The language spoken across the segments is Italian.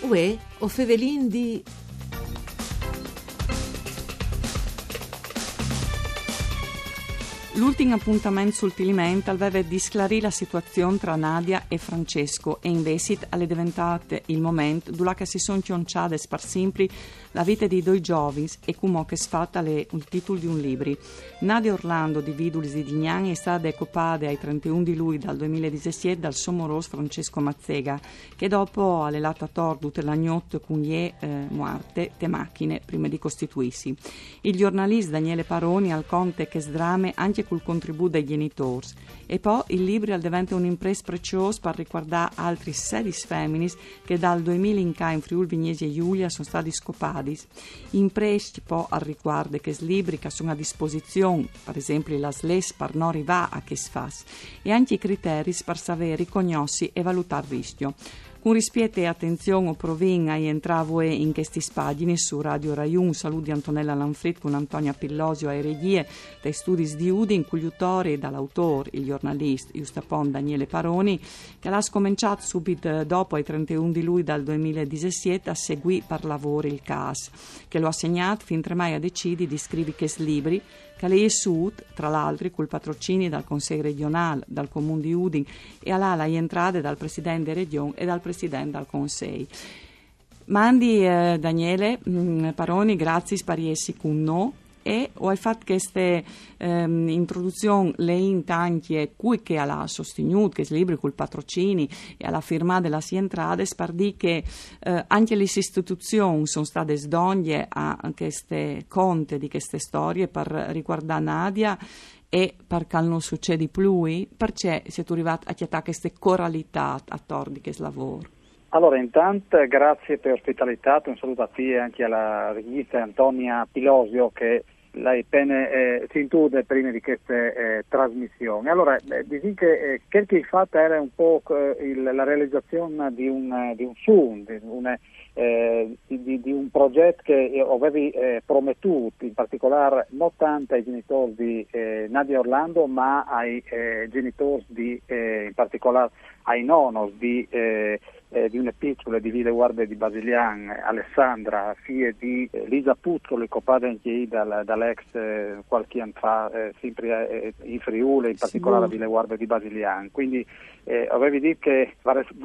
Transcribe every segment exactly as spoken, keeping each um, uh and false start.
Uè, o Fevelin di... L'ultimo appuntamento sul Tilimenta aveva di sclarire la situazione tra Nadia e Francesco e invece è diventato il momento dove si sono cionciate per sempre la vita di due giovani e come che sfatta le, il titolo di un libro. Nadia Orlando di Vidulis di Dignani è stata occupata ai trentuno di luglio del duemiladiciassette dal somoroso Francesco Mazzega, che dopo ha lelato a torto tutte la notte con gli eh, muerte te macchine prima di costituirsi. Il giornalista Daniele Paroni al conte che sdrame anche col contributo dei genitori. E poi il libro diventa un'impresa preziosa per riguardare altri sedici femminis che dal duemila in qua in Friuli Vignesi e Giulia sono stati scopati. Impresi poi al riguardo che i libri che sono a disposizione, per esempio la S L E S per non arrivare a che si fa, e anche i criteri per sapere riconosci e valutare il rischio. Con rispetto e attenzione provin a entravo in queste pagine su Radio Rai uno. Saluti di Antonella Lanfrit con Antonia Pillosio a regie dai studi di Udin, con gli autori dall'autore, il giornalista Giustapon Daniele Paroni, che l'ha scominciato subito dopo ai trentuno di luglio del duemiladiciassette a seguire per lavoro il C A S, che lo ha segnato fin tre mai a decidi di scrivere che libri che lei è sud, tra l'altro, col patrocinio dal Consiglio regionale, dal Comune di Udin e all'ala entrate dal Presidente Regione e dal Presidente del Consiglio. Mandi eh, Daniele mh, Paroni, grazie spariessi con noi. E ho fatto queste ehm, introduzioni le intanti cui che ha sostenuto che i libri col patrocini e alla firma della Sientrade per dire che eh, anche le istituzioni sono state sdogne a queste conte di queste storie per riguardare Nadia e perché non succede più, perché siete arrivati a chiedere queste coralità attorno di questo lavoro. Allora, intanto grazie per l'ospitalità, un saluto a te e anche alla regista Antonia Pilosio che l'hai appena eh, sentita prima di queste eh, trasmissioni. Allora, eh, dico che eh, quel che hai fatto era un po' eh, il, la realizzazione di un, eh, di un film, di, una, eh, di, di un progetto che avevi eh, promettuto, in particolare non tanto ai genitori di eh, Nadia Orlando, ma ai eh, genitori di, eh, in particolare ai nonnos di eh, Eh, di una piccola di Ville Guardia di Basilian, eh, Alessandra, figlia di eh, Lisa Puzzoli, copata anche dal, dall'ex eh, qualche anno fa, eh, sempre eh, in Friuli, in particolare a Ville Guardia di Basilian. Quindi eh, avevi detto che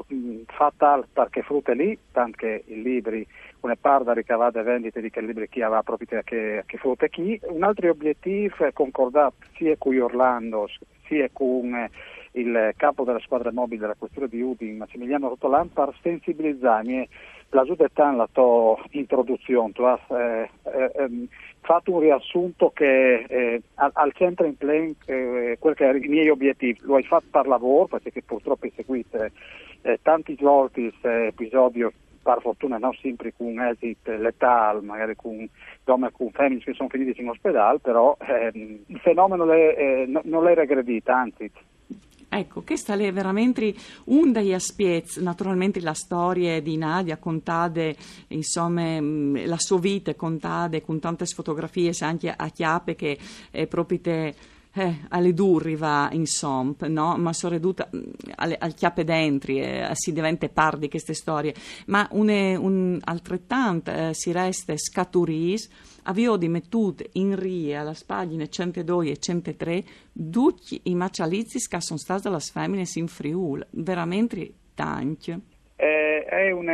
fa tal perché frutta lì, tanto che i libri, una parte ricavata e vendite di che libri chi aveva proprio che, che frutta chi. Un altro obiettivo è concordato sia con Orlando, sia con eh, il capo della squadra mobile della questura di Udin, Massimiliano Rotolan, per sensibilizzarmi. La giudetà la tua introduzione, tu hai eh, eh, fatto un riassunto che eh, al, al centro in plan eh, quel che erano i miei obiettivi, lo hai fatto per lavoro, perché purtroppo hai seguito eh, tanti volte questo episodio, per fortuna non sempre con un esito letale, magari con donne con femmine che sono finite in ospedale, però eh, il fenomeno le, eh, no, non l'è regredito, anzi. Ecco, questa è veramente un degli aspetti, naturalmente la storia di Nadia contate, insomma, la sua vita contate con tante fotografie, anche a chiappe che è proprio te, eh, alle durri va insomma, no? Ma sono ridotta alle, al chiappe dentro, eh, si diventa par di queste storie, ma un, un altrettanto eh, si resta scaturis. Aveva di mettuto in rie alle pagine centodue e centotré tutti i macializzi che sono stati dalle femmine in Friuli, veramente tanti. Eh, è un,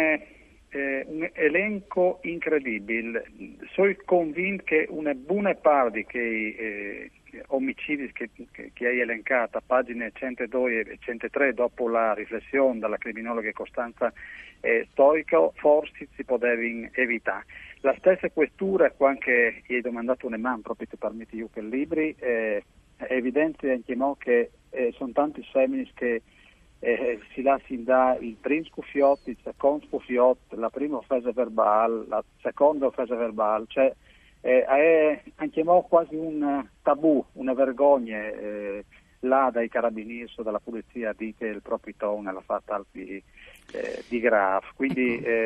eh, un elenco incredibile. Sono convinto che una buona parte dei eh, omicidi che, che, che hai elencato a pagine centodue e centotré dopo la riflessione della criminologa Costanza eh, Stoico forse si poteva evitare. La stessa questura, qua anche gli hai domandato un man proprio per permettere io che il libri, eh, è evidente anche no che eh, sono tanti femmini che eh, si lasciano da il primo scuffiotto, il secondo scuffiotto, la prima offesa verbale, la seconda offesa verbale, cioè eh, è anche no quasi un tabù, una vergogna eh, là dai carabinieri o dalla polizia di che il proprio tono l'ha fatta di, eh, di grave, quindi ecco. eh,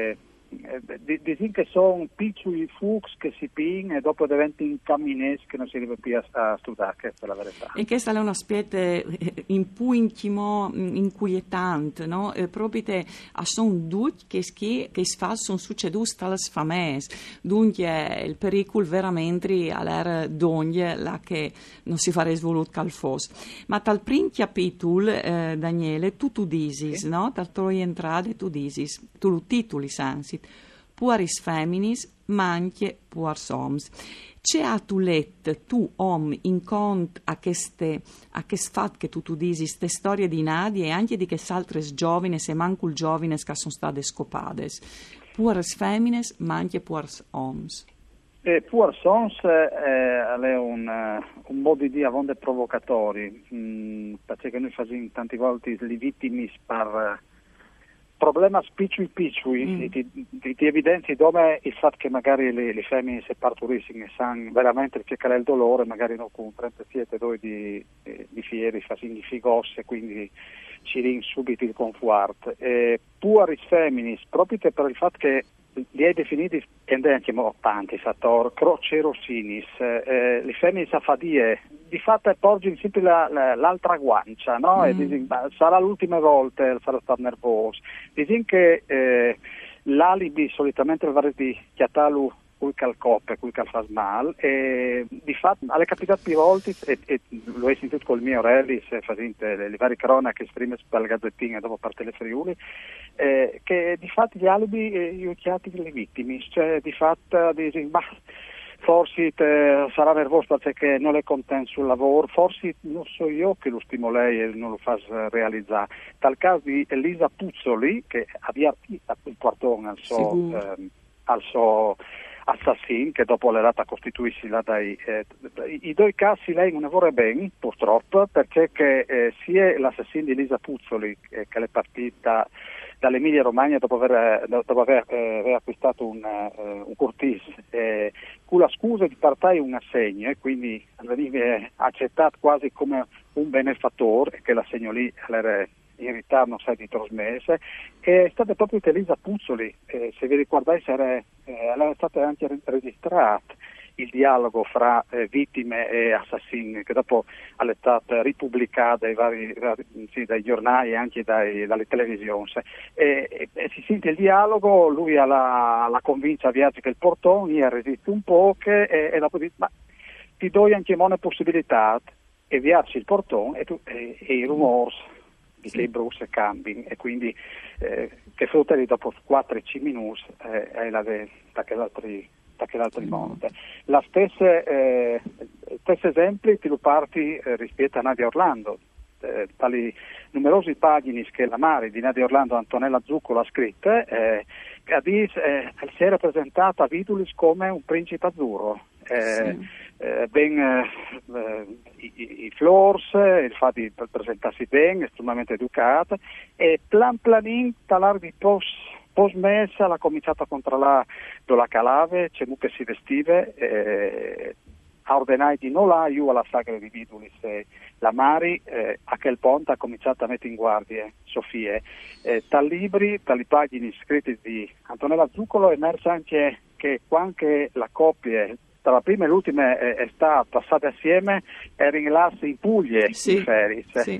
dicono che sono piccoli fuochi che si pin e dopo diventano camminesi che non si arriva più a, a studiare, questa è la verità. E questa è un aspetto in cui intimo inquietante, no? Eh, proprio a son tutti che che che sono succeduti alle famiglie, dunque il pericolo veramente all'era d'ogni la che non si farà svoluto calfos. Ma tal primo capitolo, eh, Daniele, tu tu disis, sì. No? Tal troi entrate tu disis, tu lo titoli sansit, pueris feminis, manche puers homs. C'è a tu let, tu om, in cont a queste, a quest fat che tu tu disis, queste storie di Nadia e anche di che altre giovani, se manco il giovane che sono state scopades. Pueris femines, manche puers homs. E puers homs eh, è un, un modo di dire avonde provocatori, mm, perché noi facciamo tante volte le vittime per problema piccoli piccoli, mm. ti, ti, ti evidenzi dove il fatto che magari le, le femmine si partorissero e sanno veramente che è il dolore, magari non con trentasette due di, di fieri, facendo figosse, quindi ci rin subito il conforto. E pueris feminis, proprio per il fatto che li hai definiti, e anche tanti fattori, crocerossinis, eh, le femmine sa fadie, di fatto porgi in sempre la, la, l'altra guancia, no? Mm. E dicono, sarà l'ultima volta, sarà stato nervoso. Dicono che eh, l'alibi solitamente va di chiatalu cui calcoppe, cui calfasmal, e di fatto alle capitate più volte, e, e lo hai sentito col mio Relli, se facente le, le varie cronache esprime per le gazzettine dopo parte le Friuli, eh, che di fatto gli alibi eh, io chiati le vittime, cioè di fatto dicono, bah, forse te, sarà nervoso perché non è contento sul lavoro, forse non so io che lo stimolei e non lo fa realizzare. Tal caso di Elisa Puzzoli, che avvia il portone al suo, eh, al suo assassino, che dopo l'era costituirsi là dai eh, i due casi lei non lavora bene purtroppo, perché che, eh, sia l'assassino di Elisa Puzzoli eh, che è partita dall'Emilia Romagna dopo aver, dopo aver, eh, aver acquistato un, uh, un Curtis eh, con la scusa di partire un assegno e quindi veniva accettato quasi come un benefattore, che l'assegno lì era in ritardo non sai di trasmesse, che è stata proprio Elisa Puzzoli, eh, se vi ricordate era, eh, era stato anche registrato il dialogo fra eh, vittime e assassini, che dopo è stato ripubblicato dai vari, sì, dai giornali e anche dai, dalle televisioni. E, e, e si sente il dialogo, lui ha la, la convinta a viaggio che il portone, io resiste un po' che, e, e dopo dice, ma ti do anche una possibilità, e viaggi il portone e, tu, e, e i rumori di sì. Bruce cambi, e quindi eh, che frutta di dopo quattro cinque minuti eh, è la de, da che l'altri da che l'altri mm. monte. La stessa eh, stessi esempi ti lo parti eh, rispetto a Nadia Orlando, eh, tali numerose pagine che la Mari di Nadia Orlando Antonella Zuccolo ha scritte, eh, che a dis, eh, si è rappresentata a Vidulis come un principe azzurro. Eh, sì. eh, ben eh, i, i floors, il fatto di presentarsi bene, estremamente educata, e plan planin talar di pos posmessa l'ha cominciato a controllare la calave, c'è mu che si vestive, eh, ha ordinato di non la io alla sagra di Vidulis, e la Mari eh, a quel punto ha cominciato a mettere in guardia Sofie. Eh, tal libri, tali pagine scritte di Antonella Zuccolo, è emersa anche che anche la coppia tra la prima e l'ultima è, è stata passata assieme, era in lasse in Puglie, sì, in Feris, sì.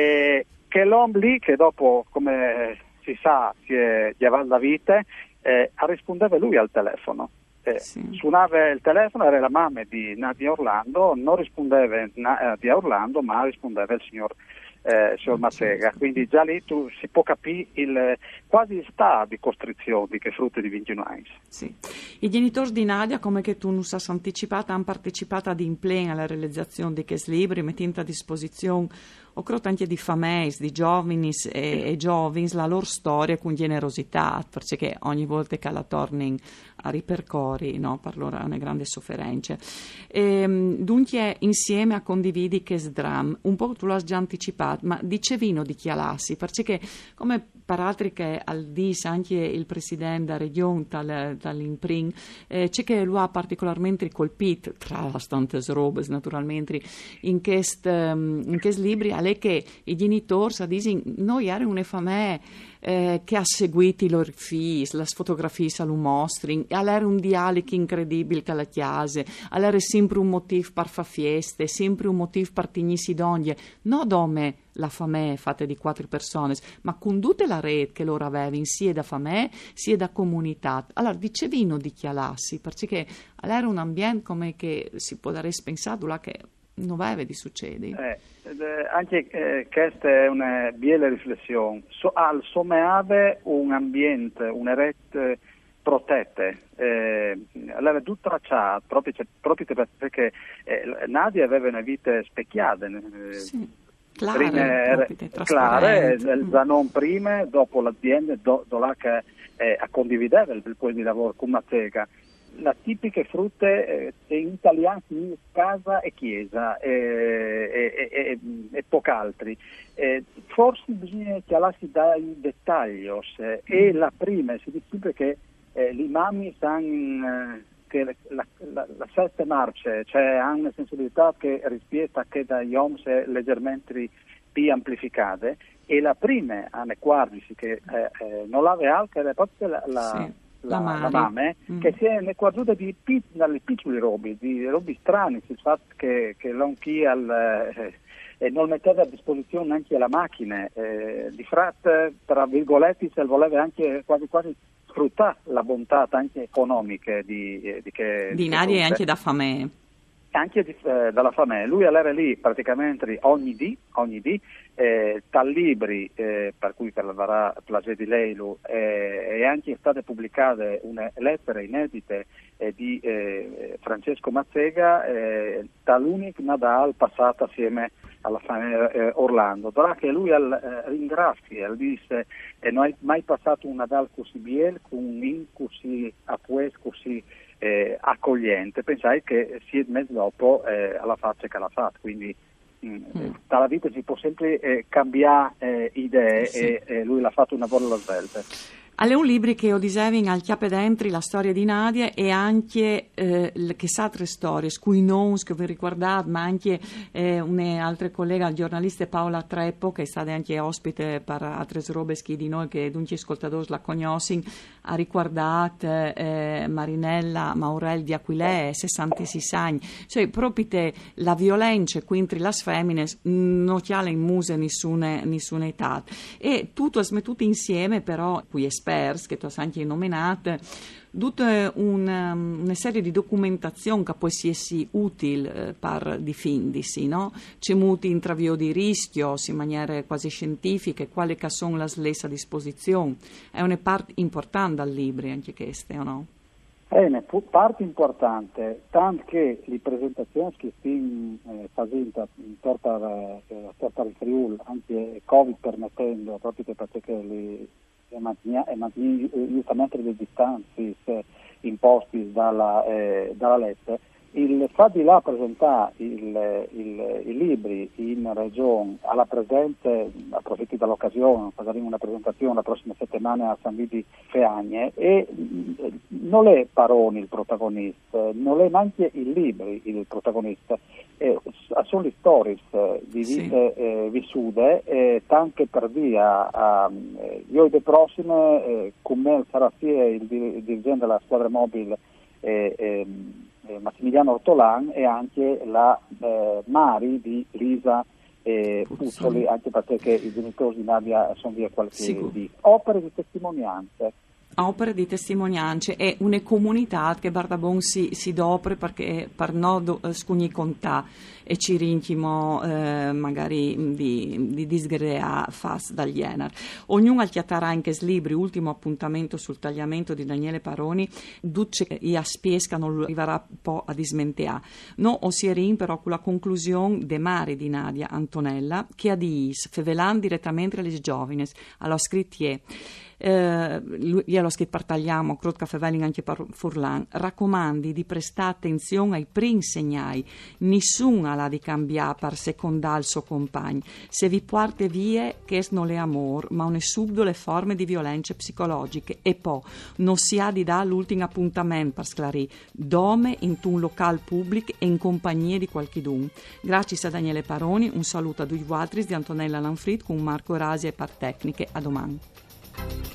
E che l'uomo lì, che dopo, come si sa, si è llevato la vita, eh, rispondeva lui al telefono. Eh, sì. Suonava il telefono, era la mamma di Nadia Orlando, non rispondeva Nadia Orlando, ma rispondeva il signor Eh, signor Mazzega, quindi già lì tu si può capire il quasi il stato di costrizione che è frutto di ventuno. Sì. I genitori di Nadia, come che tu non sai anticipata, hanno partecipato ad impleno alla realizzazione di questi libri, mettendo a disposizione o credo anche di famiglie, di giovani e, e giovani, la loro storia con generosità, perché ogni volta che la tornano a ripercorri, no, per loro è una grande sofferenza. E, dunque insieme a condividi che sdram, un po' tu l'hai già anticipato, ma dicevino di chialassi, perché come per altri che al dis anche il presidente della regione tal, dall'Imprin, eh, c'è che lo ha particolarmente colpito, tra le tante robe naturalmente, in questo in libri, è che i genitori dicono noi eravamo una famiglia eh, che ha seguito i loro figli, le fotografie lo mostrano, era un dialogo incredibile con la chiesa, era sempre un motivo per fare feste, sempre un motivo per tenersi d'ogni, non come la famiglia fatta di quattro persone, ma con tutta la rete che loro avevano, sia da famiglia sia da comunità. Allora dicevino di chialarsi, perché era un ambiente come che si può dare pensato là che non aveva di succedere. Eh, anche eh, questa è una bella riflessione. So, al someave un ambiente, una rete protette, eh, l'aveva tutto tracciato proprio, proprio perché eh, Nadia aveva una vita specchiata. Eh, sì. Clare, prima clare, non prima, dopo l'azienda, do, do là che eh, condivideva il posto di lavoro con Mazzega. La tipiche frutte eh, in italiano si casa e chiesa e, e, e, e poch'altri. Eh, forse bisogna chialarsi dai dettagli eh, e la prima si dice sempre che eh, gli imami sanno eh, che la, la, la sette marce, cioè hanno una sensibilità che rispetta che dagli oms è leggermente più amplificate, e la prima hanno quardici che eh, eh, non l'aveva altro, era proprio la, la, sì, la, la, la mamma, mm. che si è guardata di dalle piccoli robi, di robi strani, il fatto che, che non chi al... Eh, e non metteva a disposizione anche la macchina, eh, di frat, tra virgolette, se voleva anche quasi quasi sfruttare la bontà anche economica di, eh, di che di Nadia e anche da famiglia. Anche di, eh, dalla famiglia. Lui era lì praticamente ogni dì, ogni dì, eh, tal libri, eh, per cui per la Plage di Leilu, eh, e anche state pubblicate una lettera inedite eh, di eh, Francesco Mazzega, eh, dall'unic Nadal passato assieme alla famiglia eh, Orlando. Dovrà che lui al, eh, ringrazia, dice eh, non hai mai passato un Nadal così bien, con un in così appues, così eh, accogliente. Pensai che sia mese dopo eh, alla faccia che l'ha fatta, quindi mh, mm. dalla vita si può sempre eh, cambiare eh, idee, sì. e, e lui l'ha fatto una buona svelta. Alle un libro che ho disegnato al chiappe dentro la storia di Nadia e anche eh, che sa altre storie, cui non che vi ricordate, ma anche eh, un'altra collega, il giornalista Paola Treppo, che è stata anche ospite per altre robe di noi che dunque ascoltatori la conoscono, ha riguardato eh, Marinella Maurel di Aquilè, sessantasei anni, cioè proprio te, la violenza contro le femmine non c'è in muse nessuna, nessuna età, e tutto è smettuto insieme però qui esperti che tu hai anche nominato, tutta una, una serie di documentazione che può essere utile eh, per difendersi, no? C'è molti intravio di rischio in maniera quasi scientifica, quali che sono le lesse a disposizione. È una parte importante del libro anche questa, o no? È una parte importante, tanto che le presentazioni che stiamo eh, facendo intorno al Friuli, anche Covid permettendo, proprio perché le e mantenere giustamente le distanze imposte dalla, eh, dalla legge, il fatto di là presentare il, il, i libri in regione alla presente, approfitti dall'occasione, faremo una presentazione la prossima settimana a San Vidi Feagne, e non è Paroni il protagonista, non è neanche i libri il protagonista, eh, sono le storie di vite sì. eh, vissute, eh, tanto per via a, eh, io le prossime eh, con me sarà sia il, il dirigente della squadra mobile eh, eh, Massimiliano Ortolan e anche la eh, Mari di Lisa eh, Puzzoli, anche perché i genitori di Nadia sono via qualche di opere di testimonianze. Opere di testimonianze e una comunità che Bardabon si, si dopre perché per no scugni contà e ci rinchimo eh, magari di, di disgrea fas dagli enar. Ognuno al chiatara anche slibri, ultimo appuntamento sul tagliamento di Daniele Paroni, duce i aspiesca non arriverà un po' a dismentea. No osierin però con la conclusione de mari di Nadia Antonella che a diis fevelan direttamente alle giovines, allo scrittie. eh, glielo che partagliamo, credo che Fevelin anche per Furlan, raccomandi di prestare attenzione ai primi segnali, nessuna la di cambiare per secondare il suo compagno, se vi porte vie che non le amor, ma ne subito le forme di violenze psicologiche, e poi non si ha di dare l'ultimo appuntamento per sclarire, dome in un locale pubblico e in compagnia di qualchidun. Grazie a Daniele Paroni, un saluto a due altri di Antonella Lanfrit con Marco Rasi e Par Tecniche, a domani.